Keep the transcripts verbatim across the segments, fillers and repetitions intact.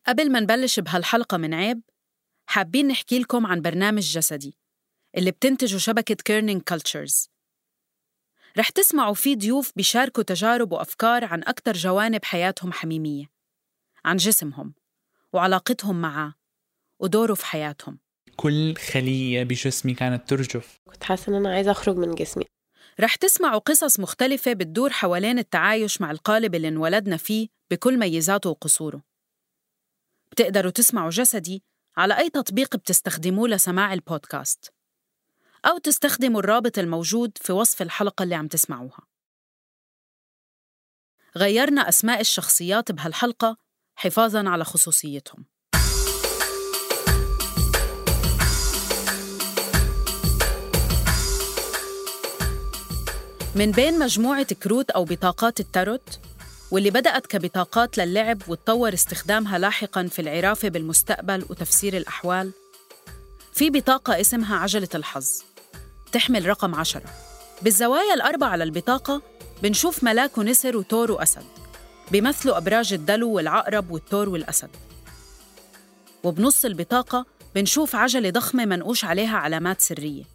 قبل ما نبلش بهالحلقة من عيب، حابين نحكي لكم عن برنامج جسدي اللي بتنتجه شبكة كيرنينج كولتشرز. رح تسمعوا فيه ضيوف بيشاركوا تجارب وأفكار عن أكتر جوانب حياتهم حميمية، عن جسمهم وعلاقتهم معاه ودوره في حياتهم. كل خلية بجسمي كانت ترجف. كنت حاسة إن أنا عايزة أخرج من جسمي. رح تسمعوا قصص مختلفة بتدور حوالين التعايش مع القالب اللي انولدنا فيه بكل ميزاته وقصوره. بتقدروا تسمعوا جسدي على أي تطبيق بتستخدموه لسماع البودكاست، أو تستخدموا الرابط الموجود في وصف الحلقة اللي عم تسمعوها. غيرنا أسماء الشخصيات بهالحلقة حفاظاً على خصوصيتهم. من بين مجموعة كروت أو بطاقات التاروت، واللي بدأت كبطاقات للعب وتطور استخدامها لاحقاً في العرافة بالمستقبل وتفسير الأحوال، في بطاقة اسمها عجلة الحظ تحمل رقم عشرة. بالزوايا الأربع على البطاقة بنشوف ملاك ونسر وتور وأسد بيمثلوا أبراج الدلو والعقرب والتور والأسد. وبنص البطاقة بنشوف عجلة ضخمة منقوش عليها علامات سرية.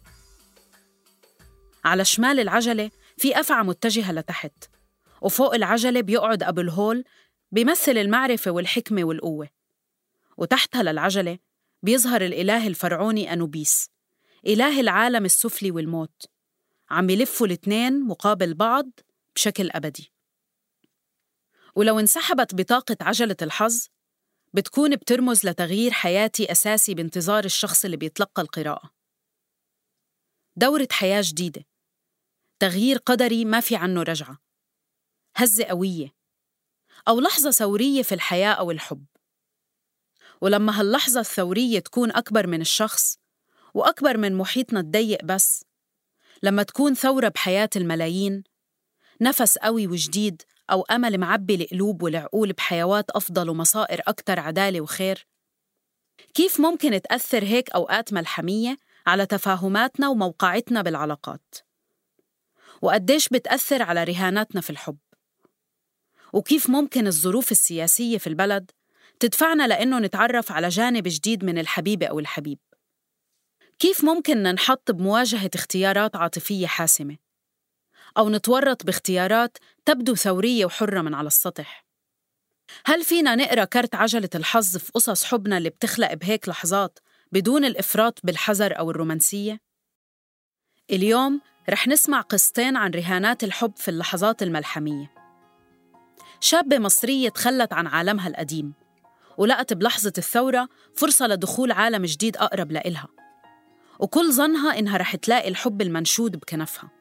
على شمال العجلة في أفعى متجهة لتحت، وفوق العجلة بيقعد أبو الهول بيمثل المعرفة والحكمة والقوة. وتحتها للعجلة بيظهر الإله الفرعوني أنوبيس، إله العالم السفلي والموت، عم يلفوا الاثنين مقابل بعض بشكل أبدي. ولو انسحبت بطاقة عجلة الحظ بتكون بترمز لتغيير حياتي أساسي بانتظار الشخص اللي بيتلقى القراءة. دورة حياة جديدة، تغيير قدري ما في عنه رجعة، هزة قوية، أو لحظة ثورية في الحياة أو الحب. ولما هاللحظة الثورية تكون أكبر من الشخص وأكبر من محيطنا الضيق، بس لما تكون ثورة بحياة الملايين، نفس قوي وجديد أو أمل معبي القلوب والعقول بحيوات أفضل ومصائر أكتر عدالة وخير، كيف ممكن تأثر هيك أوقات ملحمية على تفاهماتنا وموقعتنا بالعلاقات؟ وقديش بتأثر على رهاناتنا في الحب؟ وكيف ممكن الظروف السياسية في البلد تدفعنا لأنه نتعرف على جانب جديد من الحبيبة أو الحبيب؟ كيف ممكن ننحط بمواجهة اختيارات عاطفية حاسمة، أو نتورط باختيارات تبدو ثورية وحرة من على السطح؟ هل فينا نقرأ كرت عجلة الحظ في قصص حبنا اللي بتخلق بهيك لحظات بدون الإفراط بالحذر أو الرومانسية؟ اليوم رح نسمع قصتين عن رهانات الحب في اللحظات الملحمية. شابة مصرية تخلت عن عالمها القديم ولقت بلحظة الثورة فرصة لدخول عالم جديد أقرب لإلها، وكل ظنها إنها رح تلاقي الحب المنشود بكنفها.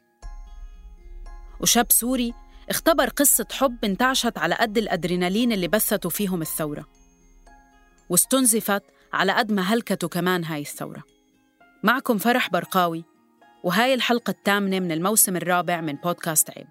وشاب سوري اختبر قصة حب انتعشت على قد الأدرينالين اللي بثته فيهم الثورة، واستنزفت على قد ما هلكته كمان هاي الثورة. معكم فرح برقاوي، وهاي الحلقة الثامنة من الموسم الرابع من بودكاست عيب.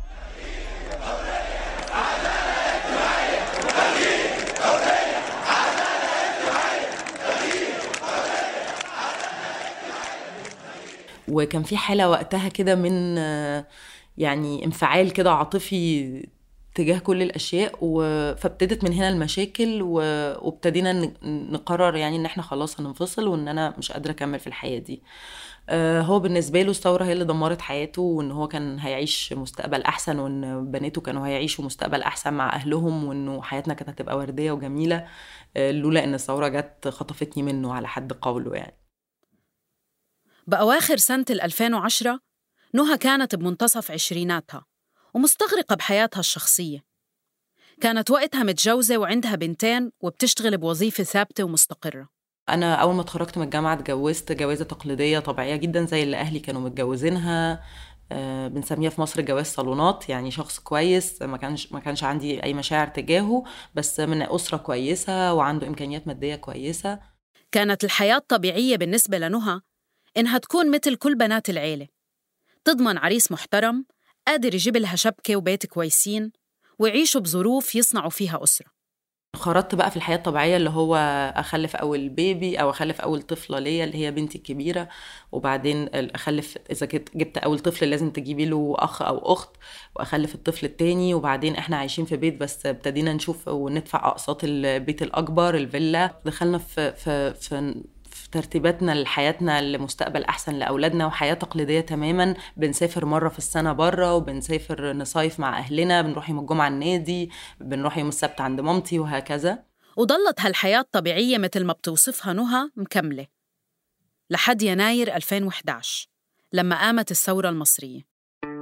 وكان في حالة وقتها كده من يعني انفعال كده عاطفي تجاه كل الأشياء، فابتدت من هنا المشاكل، وابتدينا نقرر يعني ان احنا خلاص هننفصل، وان انا مش قادرة اكمل في الحياة دي. هو بالنسبة له الثورة هي اللي دمرت حياته، وان هو كان هيعيش مستقبل احسن، وان بناته كانوا هيعيشوا مستقبل احسن مع اهلهم، وانه حياتنا كانت هتبقى وردية وجميلة لولا ان الثورة جت خطفتني منه على حد قوله يعني. بأواخر سنة الألفين وعشرة نهى كانت بمنتصف عشريناتها ومستغرقة بحياتها الشخصية. كانت وقتها متجوزة وعندها بنتين وبتشتغل بوظيفة ثابتة ومستقرة. أنا أول ما اتخرجت من الجامعة اتجوزت جوازة تقليدية طبيعية جدا زي اللي أهلي كانوا متجوزينها. آه بنسميها في مصر جواز صالونات، يعني شخص كويس ما كانش ما كانش عندي أي مشاعر تجاهه، بس من أسرة كويسة وعنده إمكانيات مادية كويسة. كانت الحياة طبيعية بالنسبة لنهى إنها تكون مثل كل بنات العيلة، تضمن عريس محترم قادر يجيب لها شبكة وبيت كويسين ويعيشوا بظروف يصنعوا فيها أسرة. خرجت بقى في الحياة الطبيعية اللي هو أخلف أول بيبي أو أخلف أول طفلة ليا اللي هي بنتي الكبيرة، وبعدين أخلف إذا جبت أول طفل لازم تجيبي له أخ أو أخت، وأخلف الطفل التاني. وبعدين إحنا عايشين في بيت بس ابتدينا نشوف وندفع أقساط البيت الأكبر الفيلا. دخلنا في, في, في في ترتيباتنا لحياتنا لمستقبل أحسن لأولادنا، وحياة تقليدية تماما. بنسافر مرة في السنة برة، وبنسافر نصيف مع أهلنا، بنروح يوم الجمعة النادي، بنروح يوم السبت عند مامتي، وهكذا. وضلت هالحياة الطبيعية مثل ما بتوصفها نهى مكملة لحد يناير ألفين وإحدى عشر لما قامت الثورة المصرية.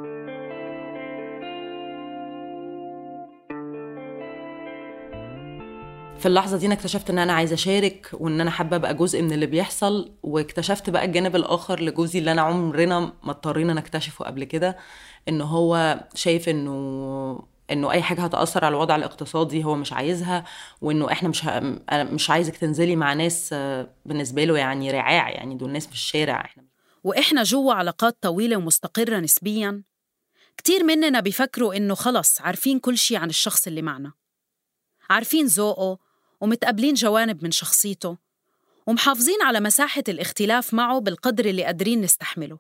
في اللحظة دي أنا اكتشفت إن أنا عايزة أشارك، وإن أنا حابة أبقى جزء من اللي بيحصل. واكتشفت بقى الجانب الآخر لجوزي اللي أنا عمرنا ما اضطرينا نكتشفه قبل كده، إنه هو شايف إنه إنه أي حاجة هتأثر على الوضع الاقتصادي هو مش عايزها، وإنه إحنا مش ه... أنا مش عايزك تنزلي مع ناس بالنسبة له يعني رعاع، يعني دول ناس في الشارع. إحنا وإحنا جوا علاقات طويلة ومستقرة نسبياً. كتير مننا بيفكروا إنه خلص عارفين كل شي عن الشخص اللي معنا، عارفين ذوقه ومتقبلين جوانب من شخصيته، ومحافظين على مساحة الاختلاف معه بالقدر اللي قادرين نستحمله،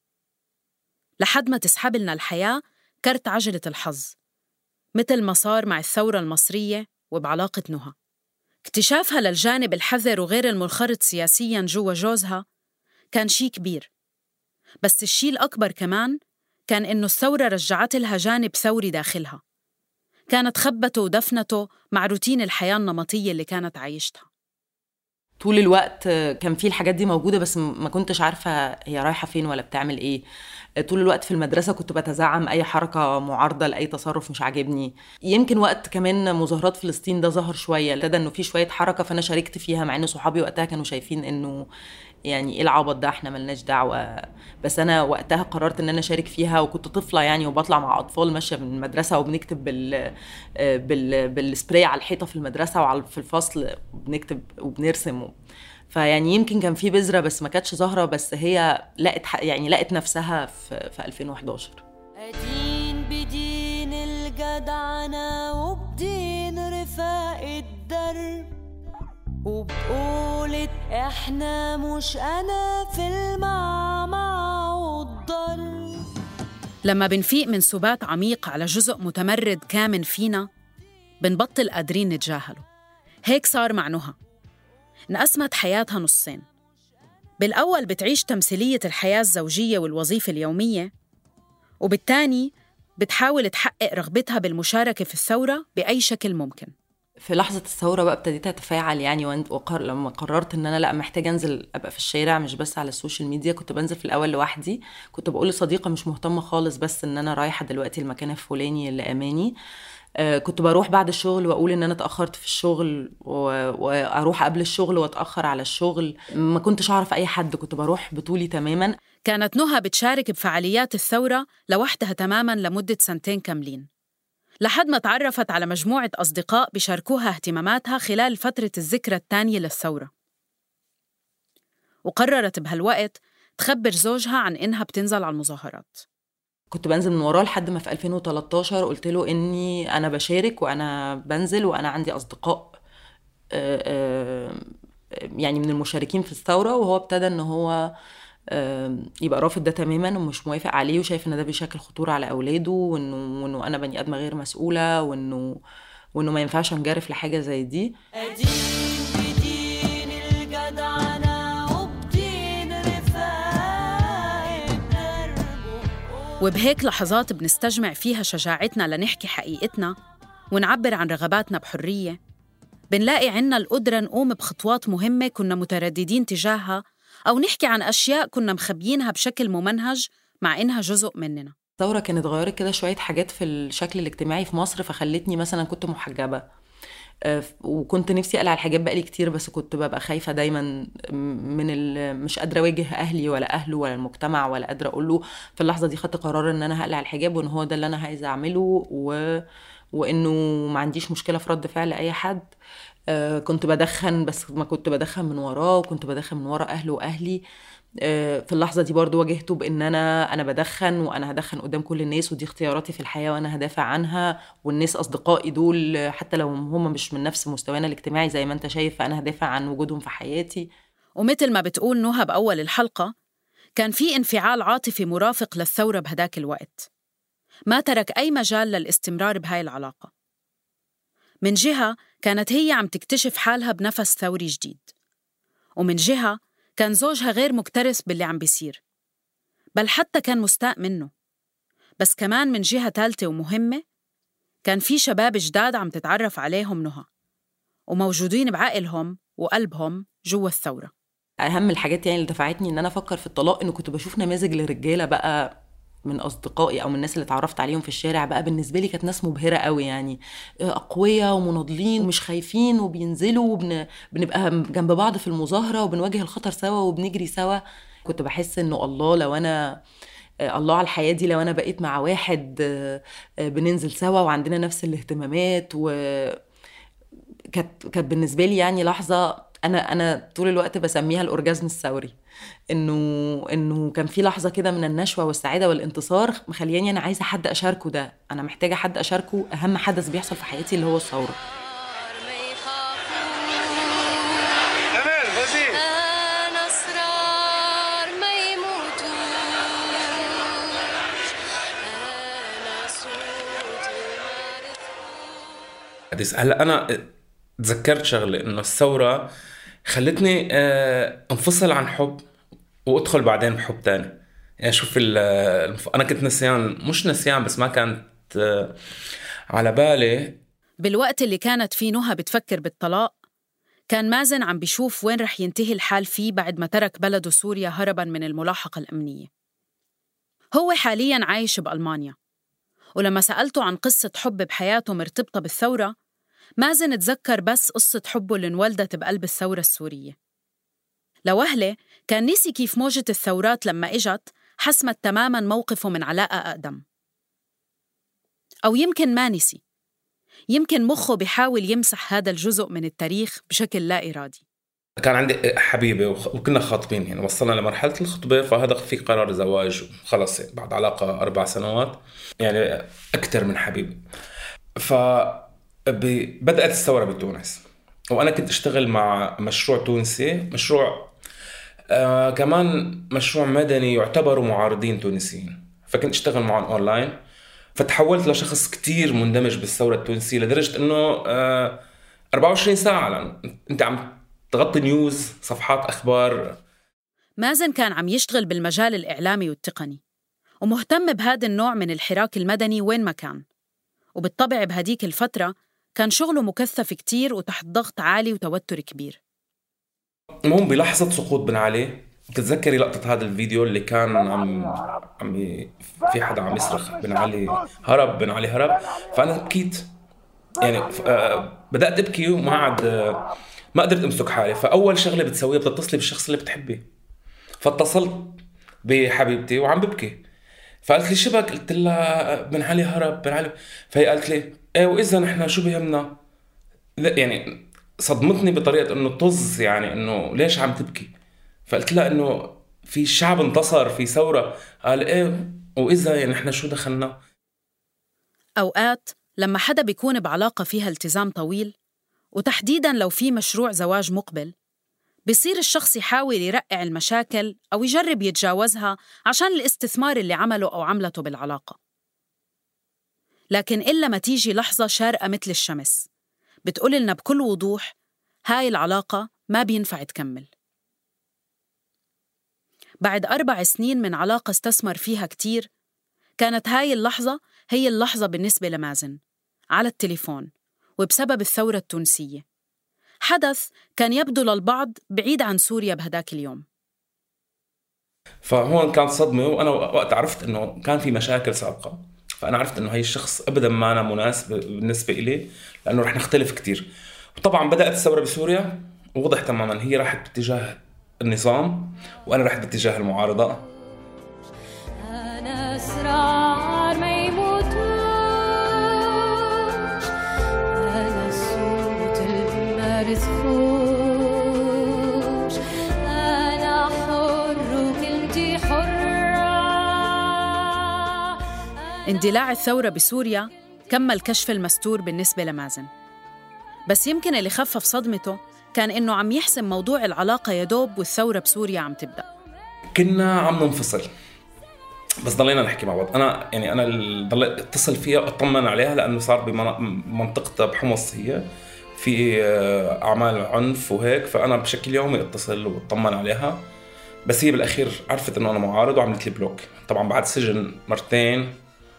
لحد ما تسحب لنا الحياة كرت عجلة الحظ، مثل ما صار مع الثورة المصرية وبعلاقة نهى. اكتشافها للجانب الحذر وغير المنخرط سياسياً جوا جوزها كان شي كبير، بس الشي الأكبر كمان كان إنه الثورة رجعت لها جانب ثوري داخلها، كانت خبته ودفنته مع روتين الحياة النمطية اللي كانت عايشتها. طول الوقت كان في الحاجات دي موجودة، بس ما كنتش عارفة هي رايحة فين ولا بتعمل ايه. طول الوقت في المدرسة كنت بتزعم أي حركة معارضة لأي تصرف مش عاجبني. يمكن وقت كمان مظاهرات فلسطين ده ظهر شوية، ابتدى إنه في شوية حركة فأنا شاركت فيها، مع إن صحابي وقتها كانوا شايفين إنه يعني إيه العبط ده، إحنا ملناش دعوة. بس أنا وقتها قررت إن أنا شارك فيها، وكنت طفلة يعني، وبطلع مع أطفال ماشية من المدرسة وبنكتب بال بال بالسبراي على الحيطة في المدرسة وعلى في الفصل، بنكتب وبنرسم. فيعني يمكن كان في بذرة بس ما كانتش ظاهرة، بس هي لقت يعني لقت نفسها في في ألفين وإحداشر. أدين بدين الجدعنة وبدين رفاق الدرب، وبقولت إحنا مش أنا في المعمعة والضرب. لما بنفيق من سبات عميق على جزء متمرد كامن فينا بنبطل قادرين نتجاهله. هيك صار مع نهى. انقسمت حياتها نصين، بالأول بتعيش تمثيلية الحياة الزوجية والوظيفة اليومية، وبالتاني بتحاول تحقق رغبتها بالمشاركة في الثورة بأي شكل ممكن. في لحظة الثورة بقى ابتديت أتفاعل يعني، وقر... لما قررت إن أنا لأ محتاجة أنزل أبقى في الشارع مش بس على السوشيال ميديا. كنت بنزل في الأول لوحدي، كنت بقول لصديقة مش مهتمة خالص بس إن أنا رايحة دلوقتي المكان الفلاني اللي أماني. آه كنت بروح بعد الشغل وأقول إن أنا اتأخرت في الشغل، و... وأروح قبل الشغل وأتأخر على الشغل. ما كنتش أعرف أي حد، كنت بروح بطولي تماماً. كانت نهى بتشارك بفعاليات الثورة لوحدها تماماً لمدة سنتين كاملين، لحد ما تعرفت على مجموعة أصدقاء بيشاركوها اهتماماتها خلال فترة الذكرى الثانية للثورة، وقررت بهالوقت تخبر زوجها عن إنها بتنزل على المظاهرات. كنت بنزل من وراه لحد ما في ألفين وتلتاشر قلت له إني أنا بشارك وأنا بنزل وأنا عندي أصدقاء يعني من المشاركين في الثورة. وهو ابتدى إنه هو يبقى رافض ده تماما ومش موافق عليه، وشايف ان ده بيشكل خطورة على اولاده، وانه وانه انا بني ادمة غير مسؤولة، وانه وانه ما ينفعش انجرف لحاجة زي دي. أدين بدين الجدعنة وبدين رفاق الدرب. وبهيك لحظات بنستجمع فيها شجاعتنا لنحكي حقيقتنا ونعبر عن رغباتنا بحرية، بنلاقي عنا القدرة نقوم بخطوات مهمة كنا مترددين تجاهها، أو نحكي عن أشياء كنا مخبيينها بشكل ممنهج مع إنها جزء مننا. الثورة كانت غيرت كده شوية حاجات في الشكل الاجتماعي في مصر، فخلتني مثلا كنت محجبة، وكنت نفسي أقلع الحجاب بقالي كتير، بس كنت ببقى خايفة دايما من مش قادرة أواجه أهلي ولا أهله ولا المجتمع ولا قادرة أقوله. في اللحظة دي خدت قرار إن أنا هقلع الحجاب، وإن هو ده اللي أنا عايزة أعمله، و... وإنه ما عنديش مشكلة في رد فعل أي حد. كنت بدخن بس ما كنت بدخن من وراه، وكنت بدخن من ورا أهله وأهلي. في اللحظة دي برضو واجهته بإن أنا أنا بدخن وأنا هدخن قدام كل الناس، ودي اختياراتي في الحياة وأنا هدافع عنها، والناس أصدقائي دول حتى لو هم مش من نفس مستوانا الاجتماعي زي ما أنت شايف، فأنا هدافع عن وجودهم في حياتي. ومثل ما بتقول نهى بأول الحلقة، كان في انفعال عاطفي مرافق للثورة بهداك الوقت، ما ترك أي مجال للاستمرار بهاي العلاقة. من جهة كانت هي عم تكتشف حالها بنفس ثوري جديد، ومن جهة كان زوجها غير مكترث باللي عم بيصير، بل حتى كان مستاء منه. بس كمان من جهة ثالثة ومهمة، كان في شباب جداد عم تتعرف عليهم نهى، وموجودين بعقلهم وقلبهم جوا الثورة. أهم الحاجات يعني اللي دفعتني إن أنا أفكر في الطلاق إنه كنت بشوف نماذج لرجالة بقى من أصدقائي أو من الناس اللي اتعرفت عليهم في الشارع، بقى بالنسبة لي كانت ناس مبهرة قوي، يعني أقوياء ومناضلين ومش خايفين وبينزلوا وبنبقى جنب بعض في المظاهرة وبنواجه الخطر سوا وبنجري سوا. كنت بحس إنه الله لو أنا الله على الحياة دي، لو أنا بقيت مع واحد بننزل سوا وعندنا نفس الاهتمامات. وكانت كانت بالنسبة لي يعني لحظة أنا أنا طول الوقت بسميها الأورجازم الثوري، إنه إنه كان في لحظة كده من النشوة والسعادة والانتصار مخلياني أنا عايزة حد أشاركه ده، أنا محتاجة حد أشاركه أهم حدث بيحصل في حياتي اللي هو الثورة. هلا أنا تذكرت شغلة، إنه الثورة خلتني انفصل عن حب وادخل بعدين بحب تاني. يعني شوف الف... انا كنت نسيان، مش نسيان بس ما كانت على بالي. بالوقت اللي كانت فيه نهى بتفكر بالطلاق، كان مازن عم بيشوف وين رح ينتهي الحال فيه بعد ما ترك بلده سوريا هرباً من الملاحقة الأمنية. هو حالياً عايش بألمانيا، ولما سألته عن قصة حب بحياته مرتبطة بالثورة، مازن تذكر بس قصة حبه اللي انولدت بقلب الثورة السورية. لوهلة كان نسي كيف موجة الثورات لما إجت حسمت تماماً موقفه من علاقة أقدم. أو يمكن ما نسي، يمكن مخه بيحاول يمسح هذا الجزء من التاريخ بشكل لا إرادي. كان عندي حبيبة وكنا خاطبين، يعني وصلنا لمرحلة الخطبة، فهذا في قرار زواج خلص بعد علاقة أربع سنوات، يعني أكثر من حبيبة. فبدأت الثورة بتونس، وأنا كنت أشتغل مع مشروع تونسي، مشروع آه كمان مشروع مدني يعتبروا معارضين تونسيين، فكنت أشتغل معهم أونلاين. فتحولت لشخص كتير مندمج بالثورة التونسية، لدرجة أنه آه أربعة وعشرين ساعة لأن أنت عم تغطي نيوز، صفحات أخبار. مازن كان عم يشتغل بالمجال الإعلامي والتقني، ومهتم بهذا النوع من الحراك المدني وين ما كان، وبالطبع بهديك الفترة كان شغله مكثف كتير وتحت ضغط عالي وتوتر كبير. المهم بلحظة سقوط بن علي، بتتذكري لقطة هذا الفيديو اللي كان عم عم في حدا عم يصرخ بن علي هرب، بن علي هرب. فأنا بكيت، يعني بدأت أبكي وما عاد ما قدرت أمسك حالي. فأول شغلة بتسويها بتتصلي بالشخص اللي بتحبيه، فاتصلت بحبيبتي وعم ببكي، فقالت لي شبك؟ قلت لها بن علي هرب، بن علي. فهي قالت لي ايه وإذا نحن شو بيهمنا؟ يعني صدمتني بطريقة انه طز، يعني انه ليش عم تبكي؟ فقلت لها انه في الشعب انتصر، في ثورة. قال ايه وإذا يعني نحن شو دخلنا؟ أوقات لما حدا بيكون بعلاقة فيها التزام طويل، وتحديداً لو في مشروع زواج مقبل، بيصير الشخص يحاول يرقع المشاكل أو يجرب يتجاوزها عشان الاستثمار اللي عمله أو عملته بالعلاقة. لكن إلا ما تيجي لحظة شارقة مثل الشمس بتقول لنا بكل وضوح هاي العلاقة ما بينفع تكمل. بعد أربع سنين من علاقة استثمر فيها كتير، كانت هاي اللحظة هي اللحظة بالنسبة لمازن على التليفون، وبسبب الثورة التونسية، حدث كان يبدو للبعض بعيد عن سوريا بهداك اليوم. فهون كانت صدمة، وأنا وقت عرفت أنه كان في مشاكل سابقة، فأنا عرفت أنه هاي الشخص أبداً ما أنا مناسب بالنسبة إلي، لأنه رح نختلف كتير. وطبعاً بدأت الثورة بسوريا، ووضح تماماً هي راحت باتجاه النظام وأنا راحت باتجاه المعارضة. أنا أسرار ما يموتوش، أنا الصوت اللي ما رزقوش، أنا حر اندلاع الثورة بسوريا كمل كشف المستور بالنسبة لمازن، بس يمكن اللي خفف صدمته كان إنه عم يحسم موضوع العلاقة يدوب والثورة بسوريا عم تبدأ. كنا عم ننفصل بس ضلينا نحكي مع بعض. أنا يعني أنا ضليت اتصل فيها أطمن عليها لأنه صار بمنطقتها بحمص هي في أعمال عنف وهيك، فأنا بشكل يومي اتصل وأطمن عليها. بس هي بالأخير عرفت إنه أنا معارض وعملت لي بلوك، طبعا بعد سجن مرتين،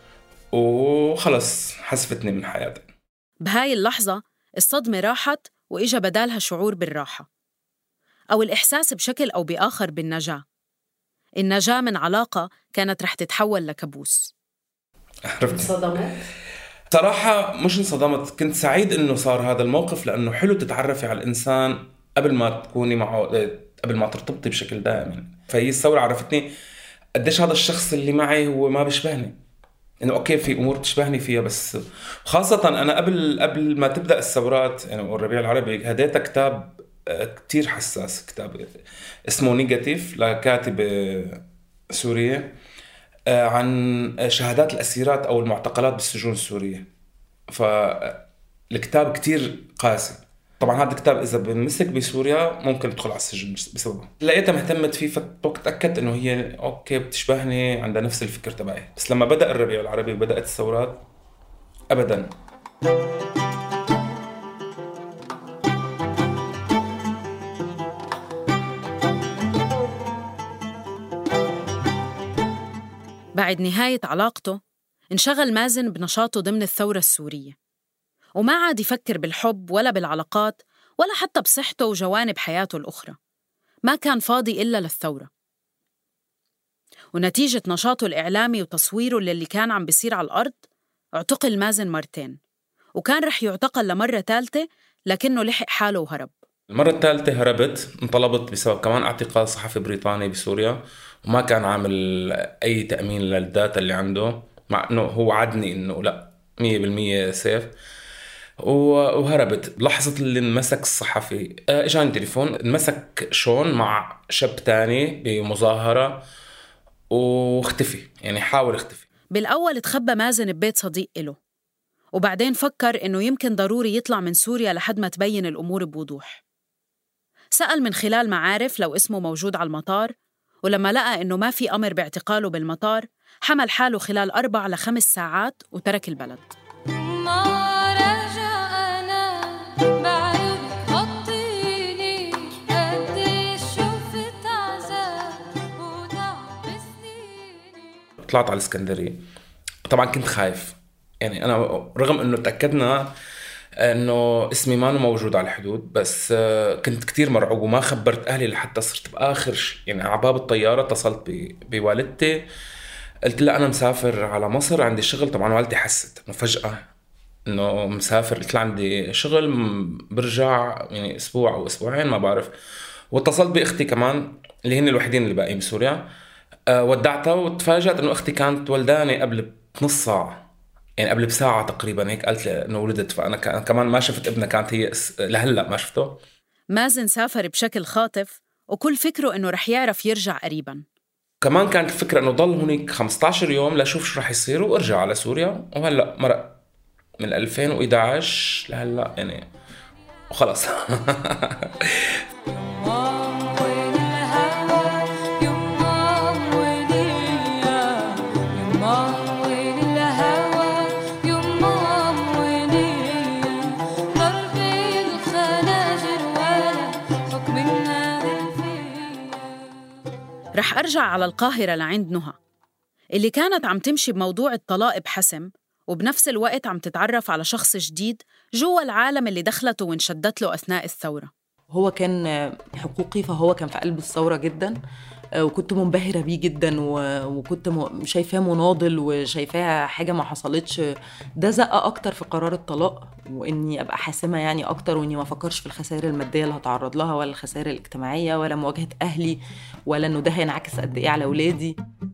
وخلص حسفتني من حياتي. بهاي اللحظة الصدمة راحت وإجا بدالها شعور بالراحة أو الإحساس بشكل أو بآخر بالنجاة. النجاة من علاقة كانت رح تتحول لكابوس. انصدمت؟ صراحة مش انصدمت، كنت سعيد إنه صار هذا الموقف، لأنه حلو تتعرفي على الإنسان قبل ما تكوني معه، قبل ما ترتبطي بشكل دائم. فهي الثورة عرفتني قديش هذا الشخص اللي معي هو ما بيشبهني، إنه أوكي في أمور بتشبهني فيها، بس خاصة أنا قبل قبل ما تبدأ الثورات يعني والربيع العربي هديت كتاب كتير حساس، كتاب اسمه نيجاتيف لكاتبة سورية عن شهادات الأسيرات أو المعتقلات بالسجون السورية. فالكتاب كتير قاسي. طبعا هذا الكتاب إذا بمسك بسوريا ممكن تدخل على السجن بسببه. لقيتها مهتمت فيه فتأكدت إنه هي أوكي بتشبهني، عندها نفس الفكر تبعي. بس لما بدأ الربيع العربي وبدأت الثورات أبداً. بعد نهاية علاقته انشغل مازن بنشاطه ضمن الثورة السورية، وما عاد يفكر بالحب ولا بالعلاقات ولا حتى بصحته وجوانب حياته الأخرى. ما كان فاضي إلا للثورة. ونتيجة نشاطه الإعلامي وتصويره للي كان عم بيصير على الأرض اعتقل مازن مرتين، وكان رح يعتقل لمرة ثالثة لكنه لحق حاله وهرب. المرة الثالثة هربت، انطلبت بسبب كمان اعتقال صحفي بريطاني بسوريا، وما كان عامل أي تأمين للداتا اللي عنده، مع أنه هو عدني أنه لا مية بالمية سيف، وهربت. لحظة اللي انمسك الصحفي اجاني تليفون، انمسك شون مع شاب تاني بمظاهرة واختفي، يعني حاول اختفي. بالأول تخبى مازن ببيت صديق إله، وبعدين فكر إنه يمكن ضروري يطلع من سوريا لحد ما تبين الأمور بوضوح. سأل من خلال معارف لو اسمه موجود على المطار، ولما لقى إنه ما في أمر باعتقاله بالمطار حمل حاله خلال أربع لخمس ساعات وترك البلد. طلعت على الإسكندرية. طبعا كنت خايف، يعني أنا رغم إنه تأكدنا إنه اسمي ما موجود على الحدود، بس كنت كتير مرعوب وما خبرت أهلي لحتى صرت بآخر شيء. يعني على باب الطيارة اتصلت بوالدتي، قلت لها أنا مسافر على مصر عندي شغل. طبعا والدتي حست إنه فجأة إنه مسافر، قلت لها عندي شغل برجع يعني أسبوع أو أسبوعين ما بعرف. واتصلت بأختي كمان اللي هن الوحيدين اللي باقيين بسوريا، أه ودعتها وتفاجأت إنه أختي كانت ولداني قبل بنص ساعة، يعني قبل بساعة تقريبا هيك قالت لي إنه ولدت. فأنا كمان ما شفت ابنها، كانت هي لهلأ ما شفته. مازن سافر بشكل خاطف وكل فكره إنه رح يعرف يرجع قريباً. كمان كانت الفكرة إنه ضل هناك خمسة عشر يوم لأشوف شو رح يصير وأرجع على سوريا. وهلأ مرق من ألفين وإحدى عشر لهلأ يعني وخلاص. رح أرجع على القاهرة لعند نهى اللي كانت عم تمشي بموضوع الطلاق بحسم، وبنفس الوقت عم تتعرف على شخص جديد جوا العالم اللي دخلته وانشدت له أثناء الثورة. هو كان حقوقي، فهو كان في قلب الثورة جدا، وكنت منبهرة بيه جدا، وكنت شايفاه مناضل وشايفاه حاجة ما حصلتش. ده زق أكتر في قرار الطلاق، وإني أبقى حاسمة يعني أكتر، وإني ما فكرش في الخسائر المادية اللي هتعرض لها ولا الخسائر الاجتماعية ولا مواجهة أهلي ولا إنه ده هينعكس قد إيه على أولادي.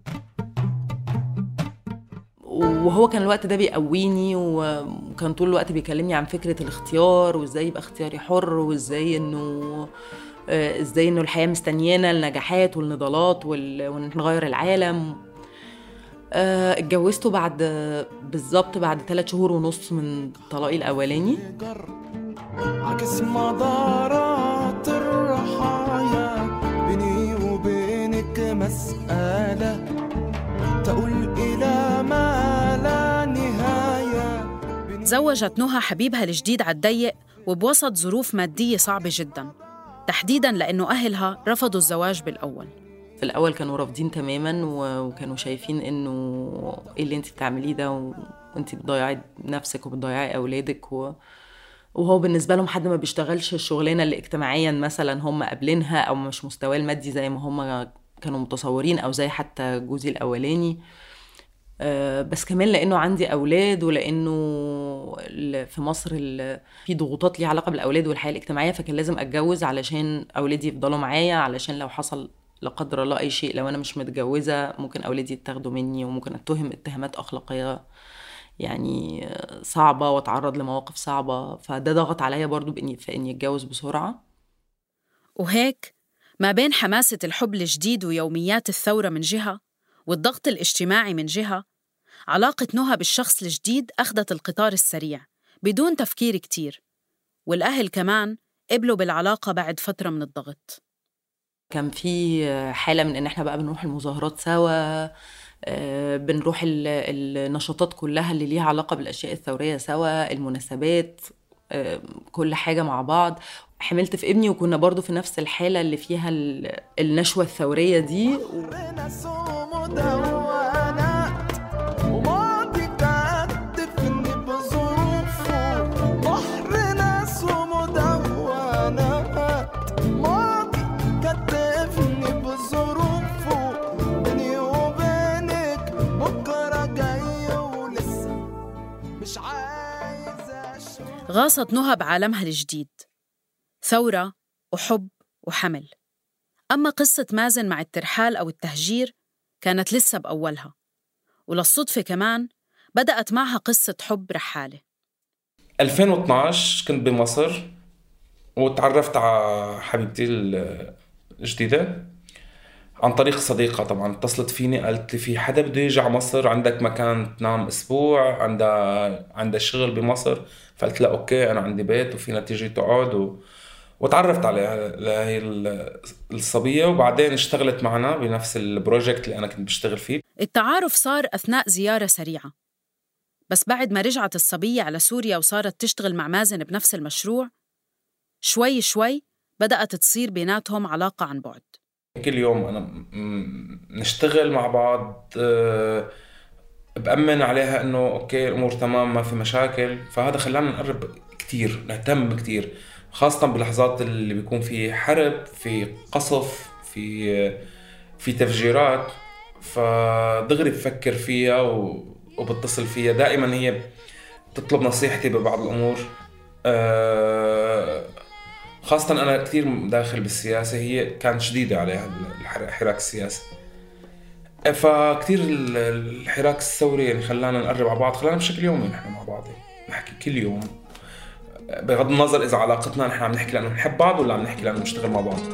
وهو كان الوقت ده بيقويني، وكان طول الوقت بيكلمني عن فكرة الاختيار وإزاي يبقى اختياري حر، وإزاي إنه ازاي انه الحياه مستنيانا النجاحات والنضالات وان نغير العالم. آه، اتجوزته بعد بالظبط بعد ثلاث شهور ونص من طلاقي الأولاني. عكس مدارات الرحايا بيني وبينك مسألة تقول إلى ما لا نهاية. تزوجت نهى حبيبها الجديد على الضيق وبوسط ظروف مادية صعبة جداً، تحديداً لأنه أهلها رفضوا الزواج بالأول. في الأول كانوا رافضين تماماً وكانوا شايفين إنه إيه اللي أنت بتعمليه ده وأنت بتضيعي نفسك وبتضيعي أولادك و... وهو بالنسبة لهم حد ما بيشتغلش الشغلانة اللي اجتماعياً مثلاً هم قابلينها أو مش مستواه المادي زي ما هم كانوا متصورين أو زي حتى جوزي الأولاني. بس كمان لأنه عندي أولاد ولأنه في مصر في ضغوطات ليها علاقة بالأولاد والحياة الاجتماعية، فكان لازم أتجوز علشان أولادي يفضلوا معايا، علشان لو حصل لا قدر الله أي شيء لو أنا مش متجوزة ممكن أولادي يتاخدوا مني وممكن أتهم اتهامات أخلاقية يعني صعبة وأتعرض لمواقف صعبة، فده ضغط عليا برضو بإني في إني أتجوز بسرعة. وهيك ما بين حماسة الحب الجديد ويوميات الثورة من جهة والضغط الاجتماعي من جهة، علاقة نهى بالشخص الجديد أخذت القطار السريع بدون تفكير كتير، والأهل كمان قبلوا بالعلاقة بعد فترة من الضغط. كان في حالة من إن إحنا بقى بنروح المظاهرات سوا، بنروح النشاطات كلها اللي ليها علاقة بالأشياء الثورية سوا، المناسبات، كل حاجة مع بعض. حملت في ابني وكنا برضو في نفس الحالة اللي فيها النشوة الثورية دي. غاصت نهى بعالمها الجديد، ثورة وحب وحمل. أما قصة مازن مع الترحال أو التهجير كانت لسه بأولها، وللصدفة كمان بدأت معها قصة حب رحالة. ألفين واثناشر كنت بمصر وتعرفت على حبيبتي الجديدة عن طريق صديقة. طبعا اتصلت فيني قالت لي في حدا بده يجي على مصر، عندك مكان تنام أسبوع، عندها عندها شغل بمصر. فقلت لها أوكي أنا عندي بيت وفينا تيجي تقعد و... وتعرفت عليها لهي الصبية، وبعدين اشتغلت معنا بنفس البروجكت اللي أنا كنت بشتغل فيه. التعارف صار أثناء زيارة سريعة، بس بعد ما رجعت الصبية على سوريا وصارت تشتغل مع مازن بنفس المشروع، شوي شوي بدأت تصير بيناتهم علاقة عن بعد. كل يوم أنا نشتغل مع بعض، بأمن عليها إنه أوكي الأمور تمام ما في مشاكل، فهذا خلانا نقرب كتير، نهتم كتير، خاصة بلحظات اللي بيكون في حرب، في قصف، في في تفجيرات. فدغري بفكر فيها وبتصل فيها دائما، هي تطلب نصيحتي ببعض الأمور. خاصة أنا كتير داخل بالسياسة، هي كانت شديدة عليها الحراك السياسي، فكتير الحراك الثوري يعني خلانا نقرب على بعض، خلانا بشكل يومي نحن مع بعض نحكي كل يوم، بغض النظر إذا علاقتنا نحن عم نحكي لأنه نحب بعض ولا عم نحكي لأنه نشتغل مع بعض.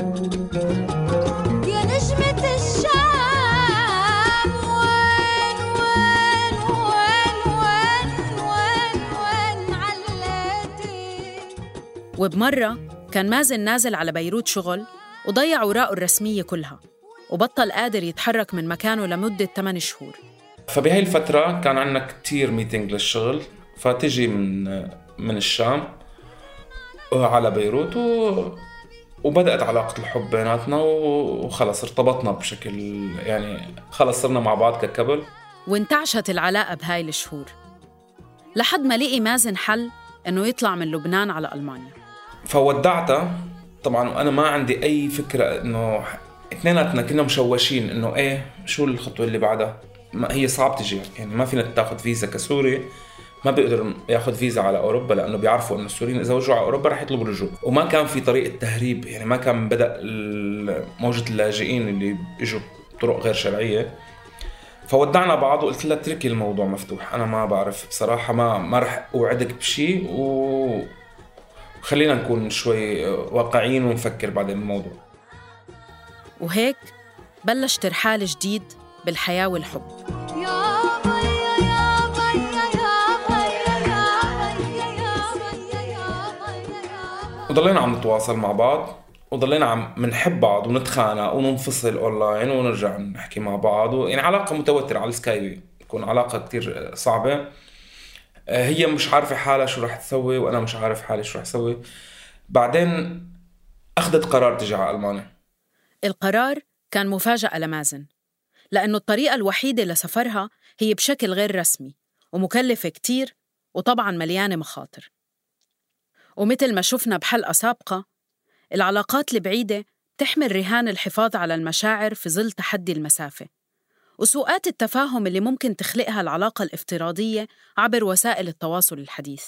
يا نجمة الشام وين وين وين وين وين وين علاتي. وبمرة كان مازن نازل على بيروت شغل وضيع اوراقه الرسمية كلها وبطل قادر يتحرك من مكانه لمدة ثمانية شهور. فبهاي الفترة كان عندنا كتير ميتينج للشغل، فتجي من من الشام على بيروت و... وبدأت علاقة الحب بيناتنا وخلص ارتبطنا بشكل يعني خلص صرنا مع بعض ككبل. وانتعشت العلاقة بهاي الشهور لحد ما لقي مازن حل إنه يطلع من لبنان على ألمانيا. فودعتها طبعا، أنا ما عندي أي فكرة إنه اثنيناتنا كنا مشوشين إنه إيه شو الخطوة اللي بعدها. ما هي صعب تجي يعني، ما فينا تاخد فيزا كسوري، ما بيقدر ياخد فيزا على أوروبا لأنه بيعرفوا إنه السوريين إذا وجوا على أوروبا رح يطلبوا الرجوع، وما كان في طريقة تهريب يعني، ما كان بدأ موجة اللاجئين اللي يجوا بطرق غير شرعية. فودعنا بعض وقلت لها تركي الموضوع مفتوح، أنا ما بعرف بصراحة، ما ما رح أوعدك بشيء وخلينا نكون شوي واقعيين ونفكر بعدين بالموضوع. وهيك بلش ترحال جديد بالحياة والحب. وضلينا عم نتواصل مع بعض، وضلينا عم منحب بعض ونتخانق وننفصل اونلاين ونرجع نحكي مع بعض، يعني علاقة متوترة على السكايب، تكون علاقة كتير صعبة. هي مش عارفة حالها شو رح تسوي وأنا مش عارف حالي شو رح تسوي. بعدين أخذت قرار تجي على ألمانيا. القرار كان مفاجأة لمازن، لأنه الطريقة الوحيدة لسفرها هي بشكل غير رسمي ومكلفة كتير وطبعاً مليانة مخاطر. ومثل ما شفنا بحلقة سابقة، العلاقات البعيدة تحمل رهان الحفاظ على المشاعر في ظل تحدي المسافة وسوءات التفاهم اللي ممكن تخلقها العلاقة الافتراضية عبر وسائل التواصل الحديث.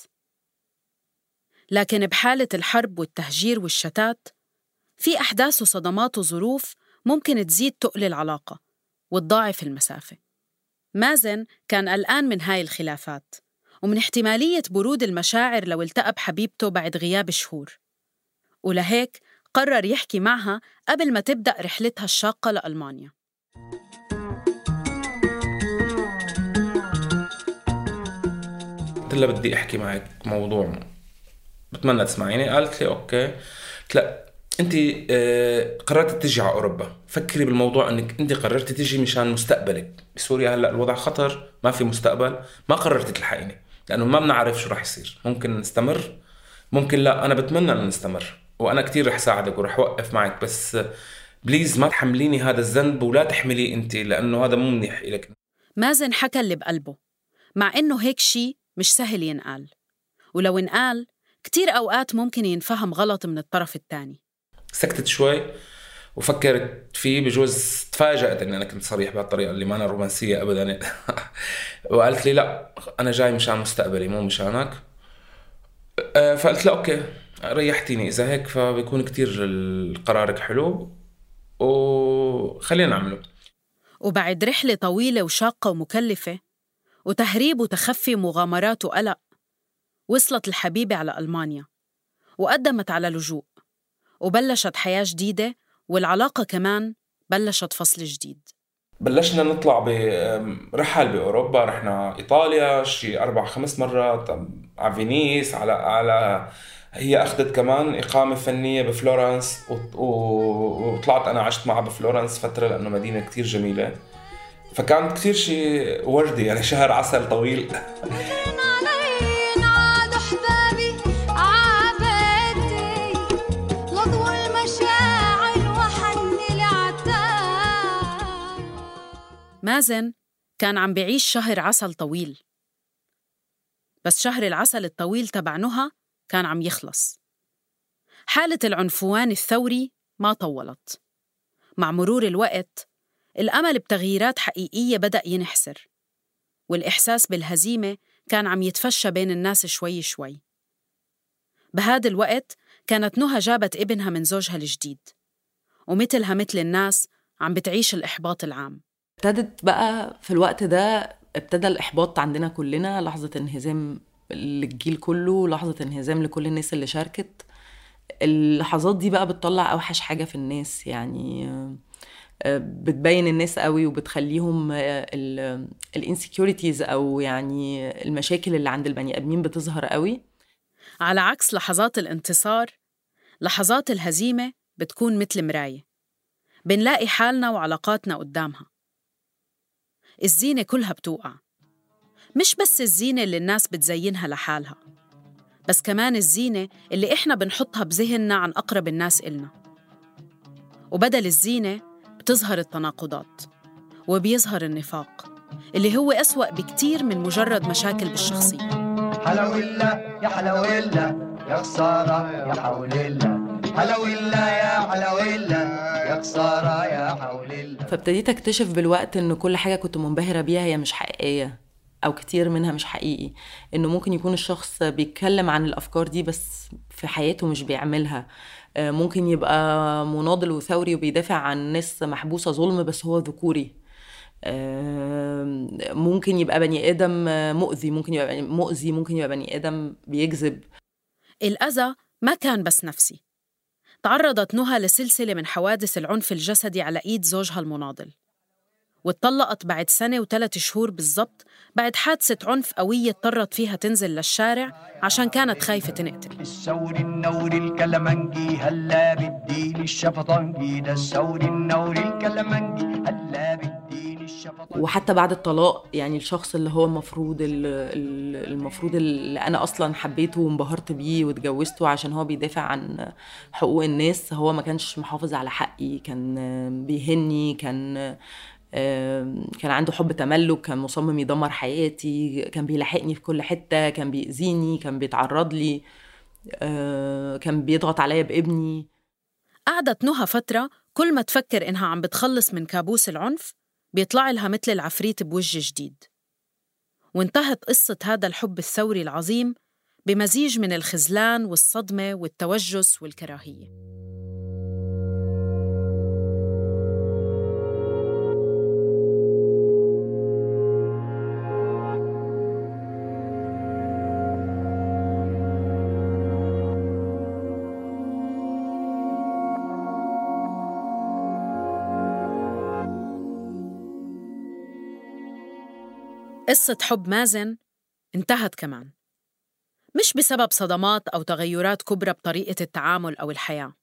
لكن بحالة الحرب والتهجير والشتات، في أحداث وصدمات وظروف ممكن تزيد تقل العلاقة وتضاعف المسافة. مازن كان قلقان من هاي الخلافات ومن احتمالية برود المشاعر لو التقى بحبيبته بعد غياب شهور، ولهيك قرر يحكي معها قبل ما تبدأ رحلتها الشاقة لألمانيا. قلت لها بدي أحكي معك موضوع بتمنى تسمعيني. قالت لي أوكي. قلت لها أنت قررت تجي على أوروبا، فكري بالموضوع أنك أنت قررت تجي مشان مستقبلك بسوريا. هلأ الوضع خطر، ما في مستقبل، ما قررت تلحقيني لأنه ما بنعرف شو رح يصير. ممكن نستمر، ممكن لا. أنا بتمنى أن نستمر وأنا كتير رح ساعدك ورح وقف معك، بس بليز ما تحمليني هذا الذنب ولا تحملي أنت، لأنه هذا مو منيح إلك. مازن حكى اللي بقلبه، مع إنه هيك شي مش سهل ينقال، ولو انقال كتير أوقات ممكن ينفهم غلط من الطرف الثاني. سكتت شوي وفكرت فيه، بجوز تفاجأت إن أنا كنت صريح بهالطريقة اللي ما أنا رومانسية أبداً. وقالت لي لا، أنا جاي مشان مستقبلي مو مشانك. فقلت له أوكي، ريحتيني. إذا هيك فبيكون كتير قرارك حلو وخلينا نعمله. وبعد رحلة طويلة وشاقة ومكلفة وتهريب وتخفي مغامرات وقلق، وصلت الحبيبة على ألمانيا وقدمت على لجوء وبلشت حياة جديدة، والعلاقة كمان بلشت فصل جديد. بلشنا نطلع برحل بأوروبا، رحنا إيطاليا شي أربع خمس مرات، على فينيس، على على هي أخذت كمان إقامة فنية بفلورنس، وطلعت أنا عشت معها بفلورنس فترة لأنه مدينة كتير جميلة، فكانت كتير شي وردي، يعني شهر عسل طويل. مازن كان عم بيعيش شهر عسل طويل، بس شهر العسل الطويل تبع نهى كان عم يخلص. حالة العنفوان الثوري ما طولت. مع مرور الوقت الأمل بتغييرات حقيقية بدأ ينحسر، والإحساس بالهزيمة كان عم يتفشى بين الناس شوي شوي. بهذا الوقت كانت نهى جابت ابنها من زوجها الجديد، ومثلها مثل الناس عم بتعيش الإحباط العام. ابتدت بقى في الوقت ده، ابتدى الإحباط عندنا كلنا، لحظة انهزام للجيل كله، لحظة انهزام لكل الناس اللي شاركت. اللحظات دي بقى بتطلع أوحش حاجة في الناس، يعني بتبين الناس قوي وبتخليهم الانسكيورتيز أو يعني المشاكل اللي عند البني آدمين بتظهر قوي. على عكس لحظات الانتصار، لحظات الهزيمة بتكون مثل مراية، بنلاقي حالنا وعلاقاتنا قدامها. الزينة كلها بتوقع، مش بس الزينة اللي الناس بتزينها لحالها، بس كمان الزينة اللي إحنا بنحطها بذهننا عن أقرب الناس إلنا. وبدل الزينة بتظهر التناقضات، وبيظهر النفاق اللي هو أسوأ بكتير من مجرد مشاكل بالشخصية. حلويلا يا حلويلا يا خسارة يا حوليلا، حلويلا يا حلويلا يا خسارة يا حوليلا. فابتديت اكتشف بالوقت إنه كل حاجة كنت منبهرة بيها هي مش حقيقية، أو كتير منها مش حقيقي. إنه ممكن يكون الشخص بيتكلم عن الأفكار دي بس في حياته مش بيعملها. ممكن يبقى مناضل وثوري وبيدافع عن ناس محبوسة ظلم بس هو ذكوري. ممكن يبقى بني آدم مؤذي، ممكن يبقى مؤذي، ممكن يبقى بني آدم بيكذب. الأذى ما كان بس نفسي. تعرضت نهى لسلسلة من حوادث العنف الجسدي على إيد زوجها المناضل، واتطلقت بعد سنة وثلاث شهور بالضبط بعد حادثة عنف قوية اضطرت فيها تنزل للشارع عشان كانت خايفة تنقتل. الثور النور الكلمنجي هلا بالدين الشفطنجي، ده الثور النور الكلمنجي هلا بالدين الشفطنجي. وحتى بعد الطلاق يعني الشخص اللي هو المفروض المفروض اللي أنا أصلاً حبيته وانبهرت بيه واتجوزته عشان هو بيدافع عن حقوق الناس، هو ما كانش محافظ على حقي، كان بيهني، كان كان عنده حب تملك، كان مصمم يدمر حياتي، كان بيلاحقني في كل حتة، كان بيأذيني، كان بيتعرض لي، كان بيضغط عليا بابني. قعدت نهى فترة كل ما تفكر إنها عم بتخلص من كابوس العنف بيطلع لها مثل العفريت بوجه جديد. وانتهت قصة هذا الحب الثوري العظيم بمزيج من الخذلان والصدمة والتوجس والكراهية. قصة حب مازن انتهت كمان، مش بسبب صدمات أو تغيرات كبرى بطريقة التعامل أو الحياة.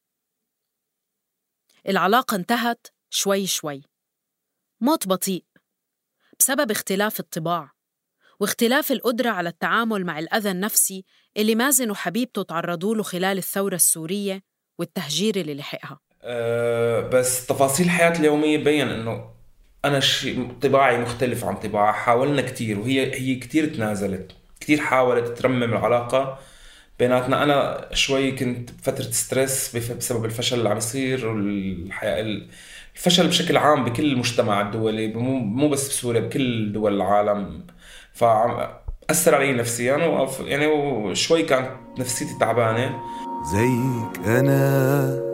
العلاقة انتهت شوي شوي، موت بطيء بسبب اختلاف الطباع واختلاف القدرة على التعامل مع الأذى النفسي اللي مازن وحبيبته تعرضوا له خلال الثورة السورية والتهجير اللي لحقها. أه بس تفاصيل الحياة اليومية بين إنه أنا شيء طباعي مختلف عن طباعها. حاولنا كتير وهي هي كتير تنازلت، كتير حاولت ترمم العلاقة بيناتنا. أنا شوي كنت بفترة ستريس بسبب الفشل اللي عم يصير والحياة الفشل بشكل عام بكل المجتمع الدولي، مو بس بسوريا، بكل دول العالم. فأثر علي نفسيا يعني، وشوي كانت نفسيتي تعبانة. زيك أنا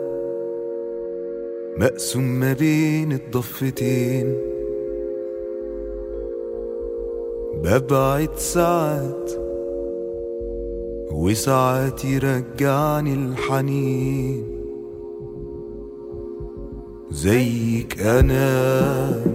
مقسوم ما بين الضفتين، ببعد ساعات وساعات يرجعني الحنين. زيك أنا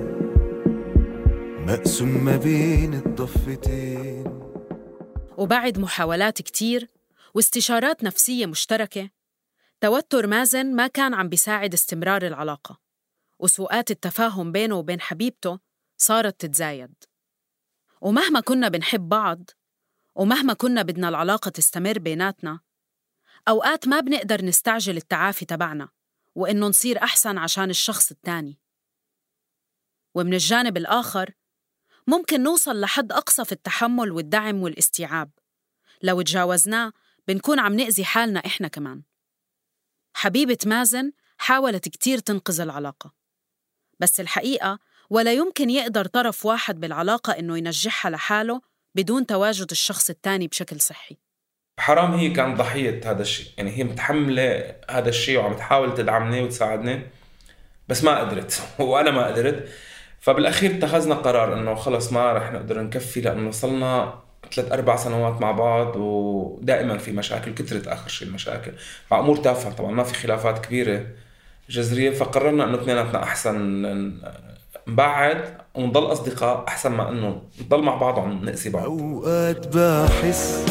مقسوم ما بين الضفتين. وبعد محاولات كتير واستشارات نفسية مشتركة، توتر مازن ما كان عم بيساعد استمرار العلاقة، وسوءات التفاهم بينه وبين حبيبته صارت تتزايد. ومهما كنا بنحب بعض ومهما كنا بدنا العلاقة تستمر بيناتنا، أوقات ما بنقدر نستعجل التعافي تبعنا وإنه نصير أحسن عشان الشخص التاني. ومن الجانب الآخر ممكن نوصل لحد أقصى في التحمل والدعم والاستيعاب، لو تجاوزناه بنكون عم نأذي حالنا إحنا كمان. حبيبة مازن حاولت كتير تنقذ العلاقة، بس الحقيقة ولا يمكن يقدر طرف واحد بالعلاقة إنه ينجحها لحاله بدون تواجد الشخص التاني بشكل صحي. حرام هي كانت ضحية هذا الشيء، يعني هي متحملة هذا الشيء وعم تحاول تدعمني وتساعدني، بس ما قدرت وأنا ما قدرت. فبالأخير اتخذنا قرار إنه خلص ما رح نقدر نكفي، لأنه وصلنا ثلاث أربع سنوات مع بعض ودائما في مشاكل، كثرت آخر شيء المشاكل مع أمور تافهة طبعا، ما في خلافات كبيرة جذرية. فقررنا إنه اثنيناتنا أحسن نبعد ونضل أصدقاء أحسن ما إنه نضل مع بعض وعم نأذي بعض. أوقات بحس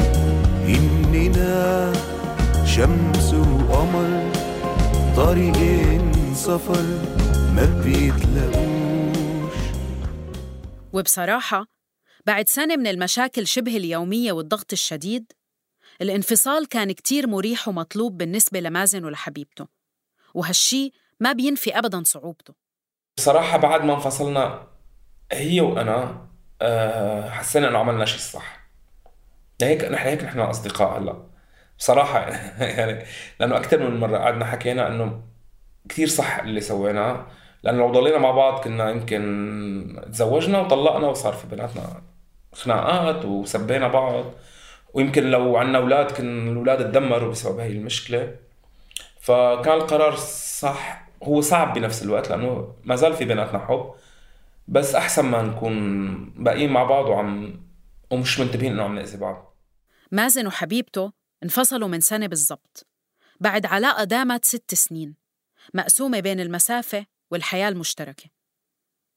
إننا شمس وقمر، طريقين سفر ما بيتلاقوش. وبصراحة بعد سنة من المشاكل شبه اليومية والضغط الشديد، الانفصال كان كتير مريح ومطلوب بالنسبة لمازن ولحبيبته، وهالشي ما بينفي أبداً صعوبته. بصراحة بعد ما انفصلنا هي وأنا أه حسينا إنه عملنا شيء صح. هيك نحن هيك نحن أصدقاء هلا بصراحة يعني، لأنه أكثر من مرة قعدنا حكينا إنه كتير صح اللي سويناه، لأنه لو ضلينا مع بعض كنا يمكن تزوجنا وطلقنا وصار في بيناتنا خناقات وسبينا بعض، ويمكن لو عنا أولاد كن الأولاد اتدمروا بسبب هاي المشكلة. فكان القرار صح، هو صعب بنفس الوقت لأنه ما زال في بيناتنا حب، بس أحسن ما نكون باقيين مع بعض وعم ومش منتبهين إنه عم نأذي بعض. مازن وحبيبته انفصلوا من سنة بالضبط، بعد علاقة دامت ست سنين مقسومة بين المسافة والحياة المشتركة.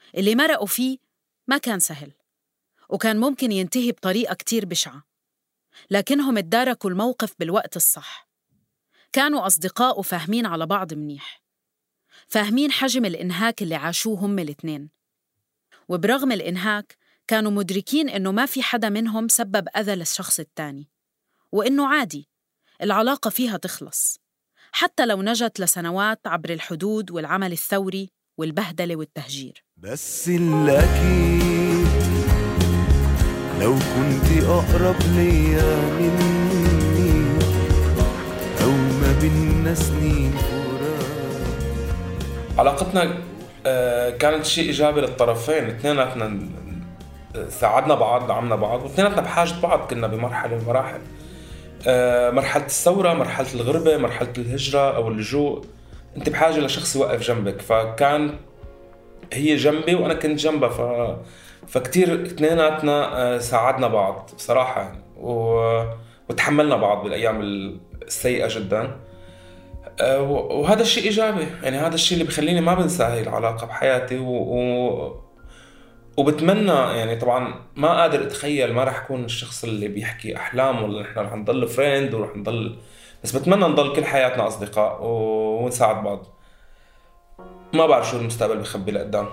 اللي مرقوا فيه ما كان سهل، وكان ممكن ينتهي بطريقة كتير بشعة، لكنهم اتداركوا الموقف بالوقت الصح. كانوا أصدقاء وفاهمين على بعض منيح، فاهمين حجم الإنهاك اللي عاشوه هم الاثنين، وبرغم الإنهاك كانوا مدركين إنه ما في حدا منهم سبب أذى للشخص التاني، وإنه عادي العلاقة فيها تخلص حتى لو نجت لسنوات عبر الحدود والعمل الثوري والبهدلة والتهجير. بس الأكيد لو كنت أقرب ليا مني أو ما بينا سنين فراق. علاقتنا آه، كانت شيء إيجابي للطرفين، اثنيناتنا ساعدنا بعض، دعمنا بعض، واثنيناتنا بحاجة بعض. كنا بمرحلة من المراحل، آه، مرحلة الثورة، مرحلة الغربة، مرحلة الهجرة أو اللجوء، أنت بحاجة لشخص يوقف جنبك. فكان هي جنبي وأنا كنت جنبها، ف... فكتير اثنيناتنا ساعدنا بعض بصراحة يعني. و... وتحملنا بعض بالأيام السيئة جدا، وهذا الشيء إيجابي يعني. هذا الشيء اللي بخليني ما بنسى هاي العلاقة بحياتي. و... و... وبتمنى يعني، طبعا ما قادر أتخيل، ما رح أكون الشخص اللي بيحكي أحلام ولا نحن رح نضل فريند ورح نضل، بس بتمنى نضل كل حياتنا أصدقاء و... ونساعد بعض. ما بعرف شو المستقبل بخبي لقدام.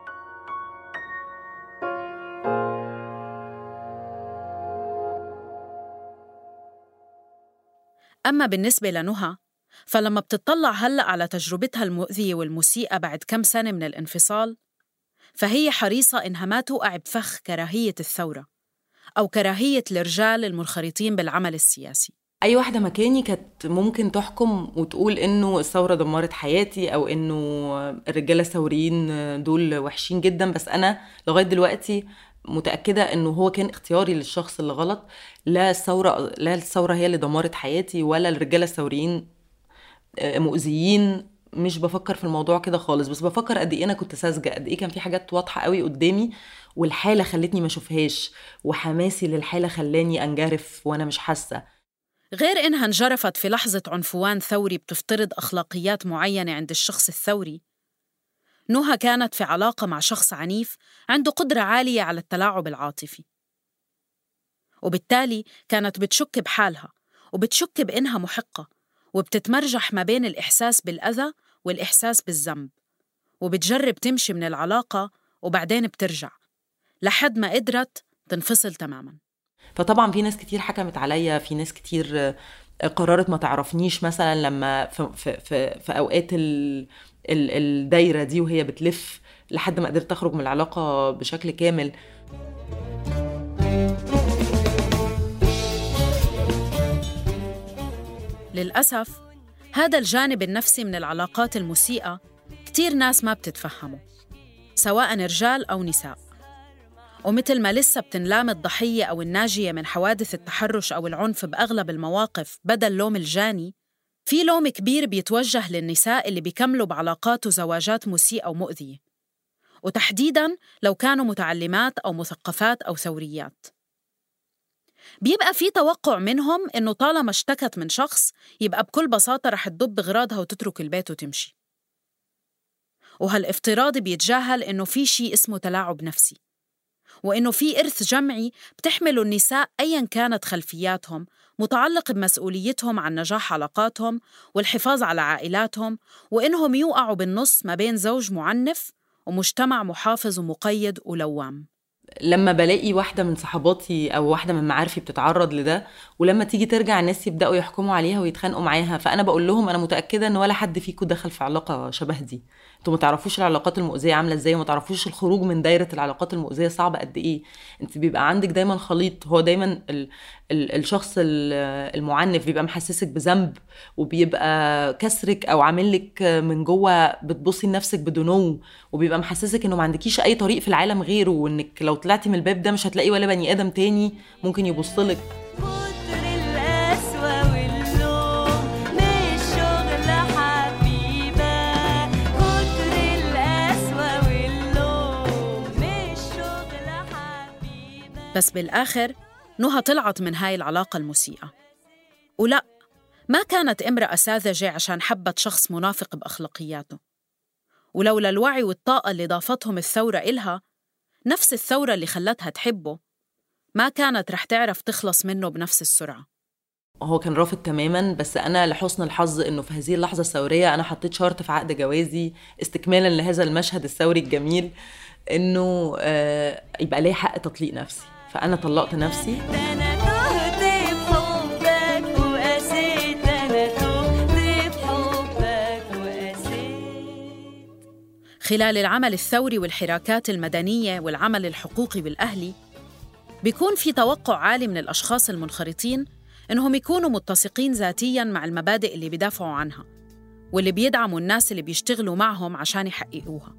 أما بالنسبة لنهى، فلما بتطلع هلأ على تجربتها المؤذية والمسيئة بعد كم سنة من الانفصال، فهي حريصة إنها ما توقع بفخ كراهية الثورة أو كراهية الرجال المنخرطين بالعمل السياسي. أي واحدة مكاني كانت ممكن تحكم وتقول إنه الثورة دمرت حياتي، أو إنه الرجالة الثوريين دول وحشين جدا، بس أنا لغاية دلوقتي متأكدة إنه هو كان اختياري للشخص اللي غلط. لا الثورة لا الثورة هي اللي دمرت حياتي، ولا الرجالة الثوريين مؤذيين. مش بفكر في الموضوع كده خالص، بس بفكر قد إيه أنا كنت ساذجة، قد إيه كان في حاجات واضحة قوي قدامي والحالة خلتني ما أشوفهاش، وحماسي للحالة خلاني أنجرف وأنا مش حاسة. غير إنها انجرفت في لحظة عنفوان ثوري بتفترض أخلاقيات معينة عند الشخص الثوري، نهى كانت في علاقة مع شخص عنيف عنده قدرة عالية على التلاعب العاطفي، وبالتالي كانت بتشك بحالها وبتشك بإنها محقة، وبتتمرجح ما بين الإحساس بالأذى والإحساس بالذنب، وبتجرب تمشي من العلاقة وبعدين بترجع لحد ما قدرت تنفصل تماماً. فطبعا في ناس كتير حكمت عليا، في ناس كتير قررت ما تعرفنيش مثلا لما في, في, في, في أوقات ال ال الدايرة دي وهي بتلف، لحد ما قدرت أخرج من العلاقة بشكل كامل. للأسف هذا الجانب النفسي من العلاقات المسيئة كتير ناس ما بتتفهمه، سواء رجال أو نساء. ومثل ما لسه بتنلام الضحية أو الناجية من حوادث التحرش أو العنف بأغلب المواقف بدل لوم الجاني، في لوم كبير بيتوجه للنساء اللي بيكملوا بعلاقات وزواجات مسيئة ومؤذية، وتحديداً لو كانوا متعلمات أو مثقفات أو ثوريات. بيبقى في توقع منهم إنه طالما اشتكت من شخص يبقى بكل بساطة رح تضب غراضها وتترك البيت وتمشي. وهالافتراض بيتجاهل إنه في شيء اسمه تلاعب نفسي، وإنه في إرث جمعي بتحمله النساء أياً كانت خلفياتهم متعلق بمسؤوليتهم عن نجاح علاقاتهم والحفاظ على عائلاتهم، وإنهم يوقعوا بالنص ما بين زوج معنف ومجتمع محافظ ومقيد ولوام. لما بلاقي واحدة من صحباتي أو واحدة من معارفي بتتعرض لده، ولما تيجي ترجع الناس يبدأوا يحكموا عليها ويتخانقوا معاها، فأنا بقول لهم أنا متأكدة أن ولا حد فيكم دخل في علاقة شبه دي. انتوا ما تعرفوش العلاقات المؤذية عاملة ازاي، وما تعرفوش الخروج من دايرة العلاقات المؤذية صعبة قد ايه. انت بيبقى عندك دايما خليط، هو دايما ال ال الشخص المعنف بيبقى محسسك بذنب، وبيبقى كسرك او عاملك من جوه بتبصي لنفسك بدنو، وبيبقى محسسك انه ما عندكيش اي طريق في العالم غيره، وانك لو طلعتي من الباب ده مش هتلاقي ولا بني ادم تاني ممكن يبصلك. بس بالآخر نهى طلعت من هاي العلاقة المسيئة، ولا ما كانت امرأة ساذجة عشان حبت شخص منافق بأخلاقياته، ولولا الوعي والطاقة اللي ضافتهم الثورة إلها، نفس الثورة اللي خلتها تحبه، ما كانت رح تعرف تخلص منه بنفس السرعة. هو كان رافض تماماً، بس أنا لحسن الحظ إنه في هذه اللحظة الثورية أنا حطيت شرط في عقد جوازي استكمالاً لهذا المشهد الثوري الجميل، إنه آه يبقى لي حق تطليق نفسي. فأنا طلقت نفسي. خلال العمل الثوري والحراكات المدنية والعمل الحقوقي والأهلي، بيكون في توقع عالي من الأشخاص المنخرطين إنهم يكونوا متسقين ذاتياً مع المبادئ اللي بيدافعوا عنها واللي بيدعموا الناس اللي بيشتغلوا معهم عشان يحققوها.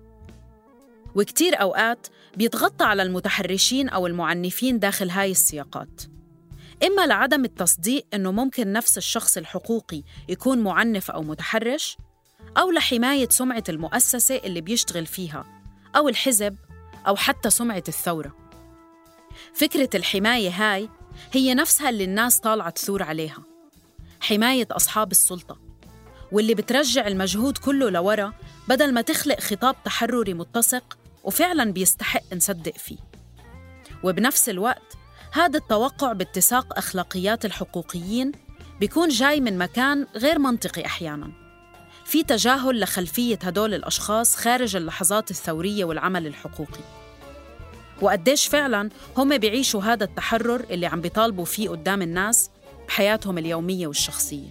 وكتير أوقات بيتغطى على المتحرشين أو المعنفين داخل هاي السياقات، إما لعدم التصديق إنه ممكن نفس الشخص الحقوقي يكون معنف أو متحرش، أو لحماية سمعة المؤسسة اللي بيشتغل فيها أو الحزب أو حتى سمعة الثورة. فكرة الحماية هاي هي نفسها اللي الناس طالعة تثور عليها، حماية أصحاب السلطة، واللي بترجع المجهود كله لورا بدل ما تخلق خطاب تحرري متسق وفعلاً بيستحق نصدق فيه. وبنفس الوقت هذا التوقع باتساق أخلاقيات الحقوقيين بيكون جاي من مكان غير منطقي أحياناً، في تجاهل لخلفية هدول الأشخاص خارج اللحظات الثورية والعمل الحقوقي، وقديش فعلاً هم بيعيشوا هذا التحرر اللي عم بيطالبوا فيه قدام الناس بحياتهم اليومية والشخصية.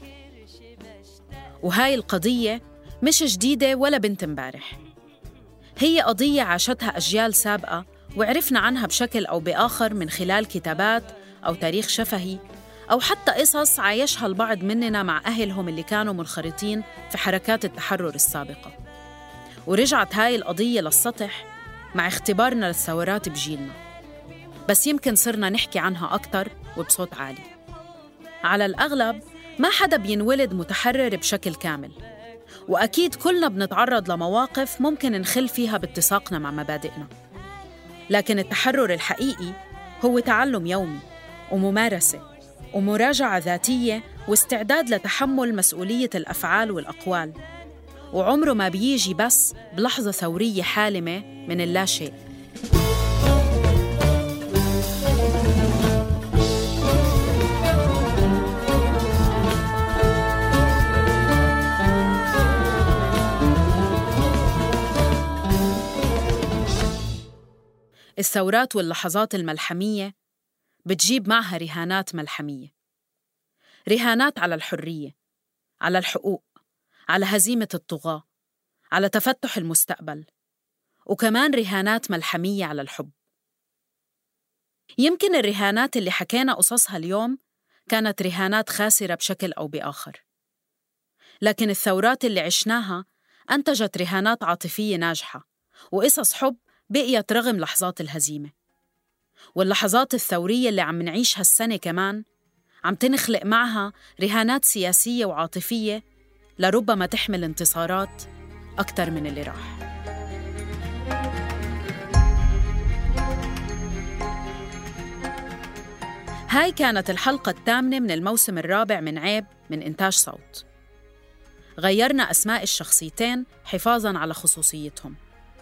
وهاي القضية مش جديدة ولا بنت امبارح، هي قضية عاشتها أجيال سابقة وعرفنا عنها بشكل أو بآخر من خلال كتابات أو تاريخ شفهي أو حتى قصص عايشها البعض مننا مع أهلهم اللي كانوا منخرطين في حركات التحرر السابقة. ورجعت هاي القضية للسطح مع اختبارنا للثورات بجيلنا، بس يمكن صرنا نحكي عنها أكتر وبصوت عالي. على الأغلب ما حدا بينولد متحرر بشكل كامل، وأكيد كلنا بنتعرض لمواقف ممكن نخل فيها باتساقنا مع مبادئنا، لكن التحرر الحقيقي هو تعلم يومي وممارسة ومراجعة ذاتية واستعداد لتحمل مسؤولية الأفعال والأقوال، وعمره ما بيجي بس بلحظة ثورية حالمة من اللا شيء. الثورات واللحظات الملحمية بتجيب معها رهانات ملحمية، رهانات على الحرية، على الحقوق، على هزيمة الطغاة، على تفتح المستقبل، وكمان رهانات ملحمية على الحب. يمكن الرهانات اللي حكينا قصصها اليوم كانت رهانات خاسرة بشكل أو بآخر، لكن الثورات اللي عشناها أنتجت رهانات عاطفية ناجحة وقصص حب بقيت رغم لحظات الهزيمة. واللحظات الثورية اللي عم نعيشها السنة كمان عم تنخلق معها رهانات سياسية وعاطفية لربما تحمل انتصارات أكتر من اللي راح. هاي كانت الحلقة الثامنة من الموسم الرابع من عيب من إنتاج صوت. غيرنا أسماء الشخصيتين حفاظاً على خصوصيتهم.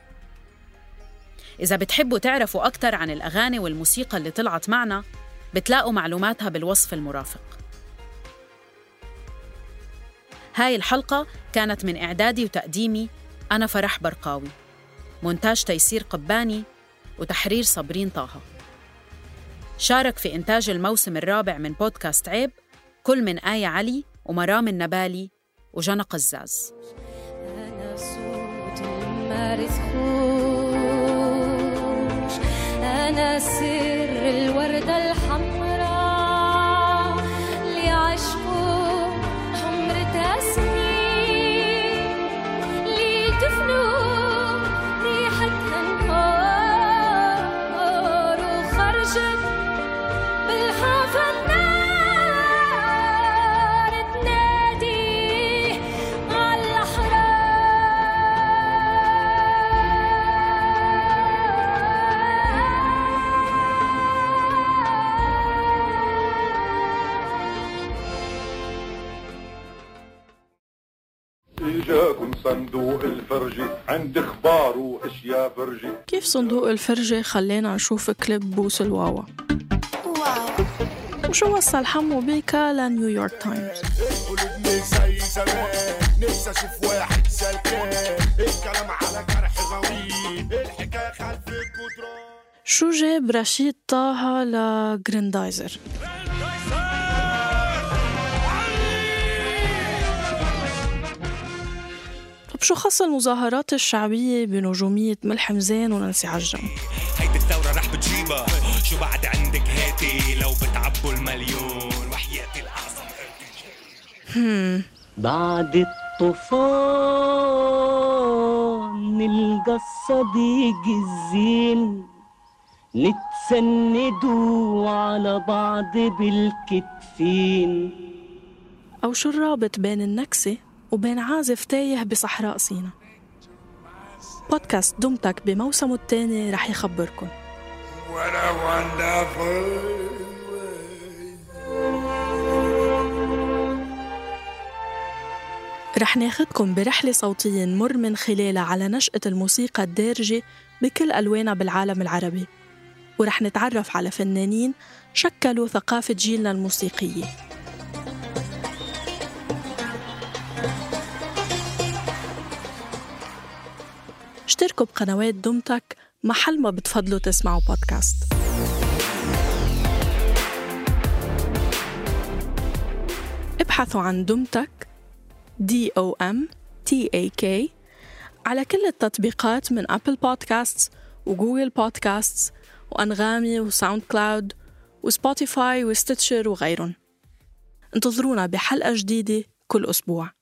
إذا بتحبوا تعرفوا أكتر عن الأغاني والموسيقى اللي طلعت معنا، بتلاقوا معلوماتها بالوصف المرافق. هاي الحلقة كانت من إعدادي وتقديمي أنا فرح برقاوي، مونتاج تيسير قباني، وتحرير صابرين طه. شارك في إنتاج الموسم الرابع من بودكاست عيب كل من آية علي ومرام النبالي وجنى قزاز. أنا صوت المارس خوش، أنا سر الوردة الحمراء اللي عشقوا حمرة سنين، اللي دفنوا ريحتها نهار وخرجت بالحافة النار تنادي على الأحرار. اجاكم صندوق الفرجة عند اخبار واشياء فرجة. كيف صندوق الفرجة خلينا نشوف كليب بوس الواوا؟ وشو وصل حمو بيكا لنيويورك تايمز؟ قلوبني زي زمان نفسي اشوف واحد سلكان الكلام على جرح غويط الحكاية خلف الجدران. شو جاب رشيد طه لجريندايزر؟ طب شو خص المظاهرات الشعبية بنجومية ملحم زين ونانسي عجرم؟ هيدي الثورة رح بتجيبها شو بعد عندك هاتي لو بتعبوا المليون وحياتي الأعظم هم بعد الطوفان نلقى الصديق الزين نتسندوا على بعض بالكتفين. أو شو الرابط بين النكسة وبين عازف تايه بصحراء سينا؟ بودكاست دمتك بموسمه الثاني رح يخبركن. رح ناخدكم برحلة صوتية نمر من خلالها على نشأة الموسيقى الدارجة بكل ألوانها بالعالم العربي، ورح نتعرف على فنانين شكلوا ثقافة جيلنا الموسيقية. اشتركوا بقنوات دمتك محل ما بتفضلوا تسمعوا بودكاست. ابحثوا عن دمتك دي أو إم تي إيه كي على كل التطبيقات من أبل بودكاستس وجوجل بودكاستس وأنغامي وساوند كلاود وسبوتيفاي وستيتشر وغيرهم. انتظرونا بحلقة جديدة كل أسبوع.